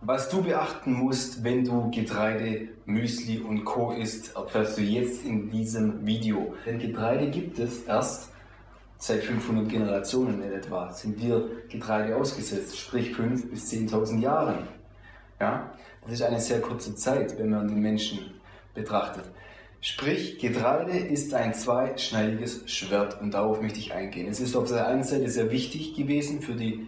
Was du beachten musst, wenn du Getreide, Müsli und Co. isst, erfährst du jetzt in diesem Video. Denn Getreide gibt es erst seit 500 Generationen in etwa. Sind wir Getreide ausgesetzt, sprich 5.000 bis 10.000 Jahren. Ja? Das ist eine sehr kurze Zeit, wenn man den Menschen betrachtet. Sprich, Getreide ist ein zweischneidiges Schwert und darauf möchte ich eingehen. Es ist auf der einen Seite sehr wichtig gewesen für die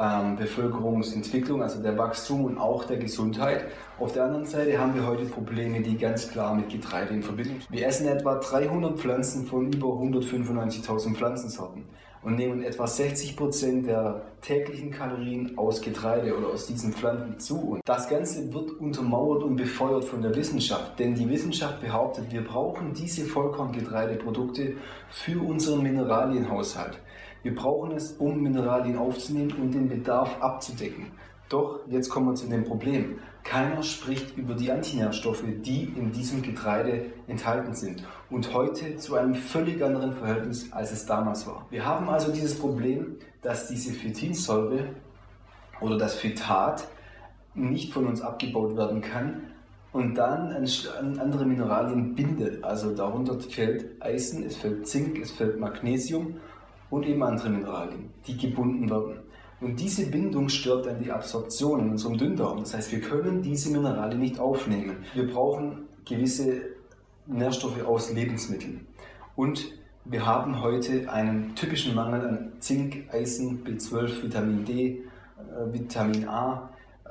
Bevölkerungsentwicklung, also der Wachstum und auch der Gesundheit. Auf der anderen Seite haben wir heute Probleme, die ganz klar mit Getreide in Verbindung stehen. Wir essen etwa 300 Pflanzen von über 195.000 Pflanzensorten und nehmen etwa 60% der täglichen Kalorien aus Getreide oder aus diesen Pflanzen zu. Und das Ganze wird untermauert und befeuert von der Wissenschaft, denn die Wissenschaft behauptet, wir brauchen diese Vollkorngetreideprodukte für unseren Mineralienhaushalt. Wir brauchen es, um Mineralien aufzunehmen und den Bedarf abzudecken. Doch, jetzt kommen wir zu dem Problem. Keiner spricht über die Antinährstoffe, die in diesem Getreide enthalten sind und heute zu einem völlig anderen Verhältnis, als es damals war. Wir haben also dieses Problem, dass diese Phytinsäure oder das Phytat nicht von uns abgebaut werden kann und dann an andere Mineralien bindet. Also darunter fällt Eisen, es fällt Zink, es fällt Magnesium und eben andere Mineralien, die gebunden werden. Und diese Bindung stört dann die Absorption in unserem Dünndarm. Das heißt, wir können diese Mineralien nicht aufnehmen. Wir brauchen gewisse Nährstoffe aus Lebensmitteln. Und wir haben heute einen typischen Mangel an Zink, Eisen, B12, Vitamin D, Vitamin A.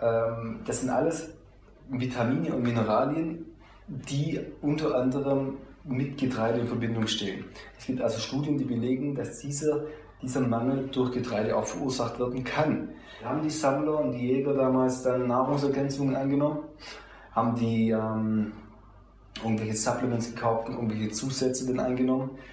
Das sind alles Vitamine und Mineralien, die unter anderem mit Getreide in Verbindung stehen. Es gibt also Studien, die belegen, dass dieser Mangel durch Getreide auch verursacht werden kann. Haben die Sammler und die Jäger damals dann Nahrungsergänzungen eingenommen? Haben die irgendwelche Supplements gekauft und irgendwelche Zusätze dann eingenommen?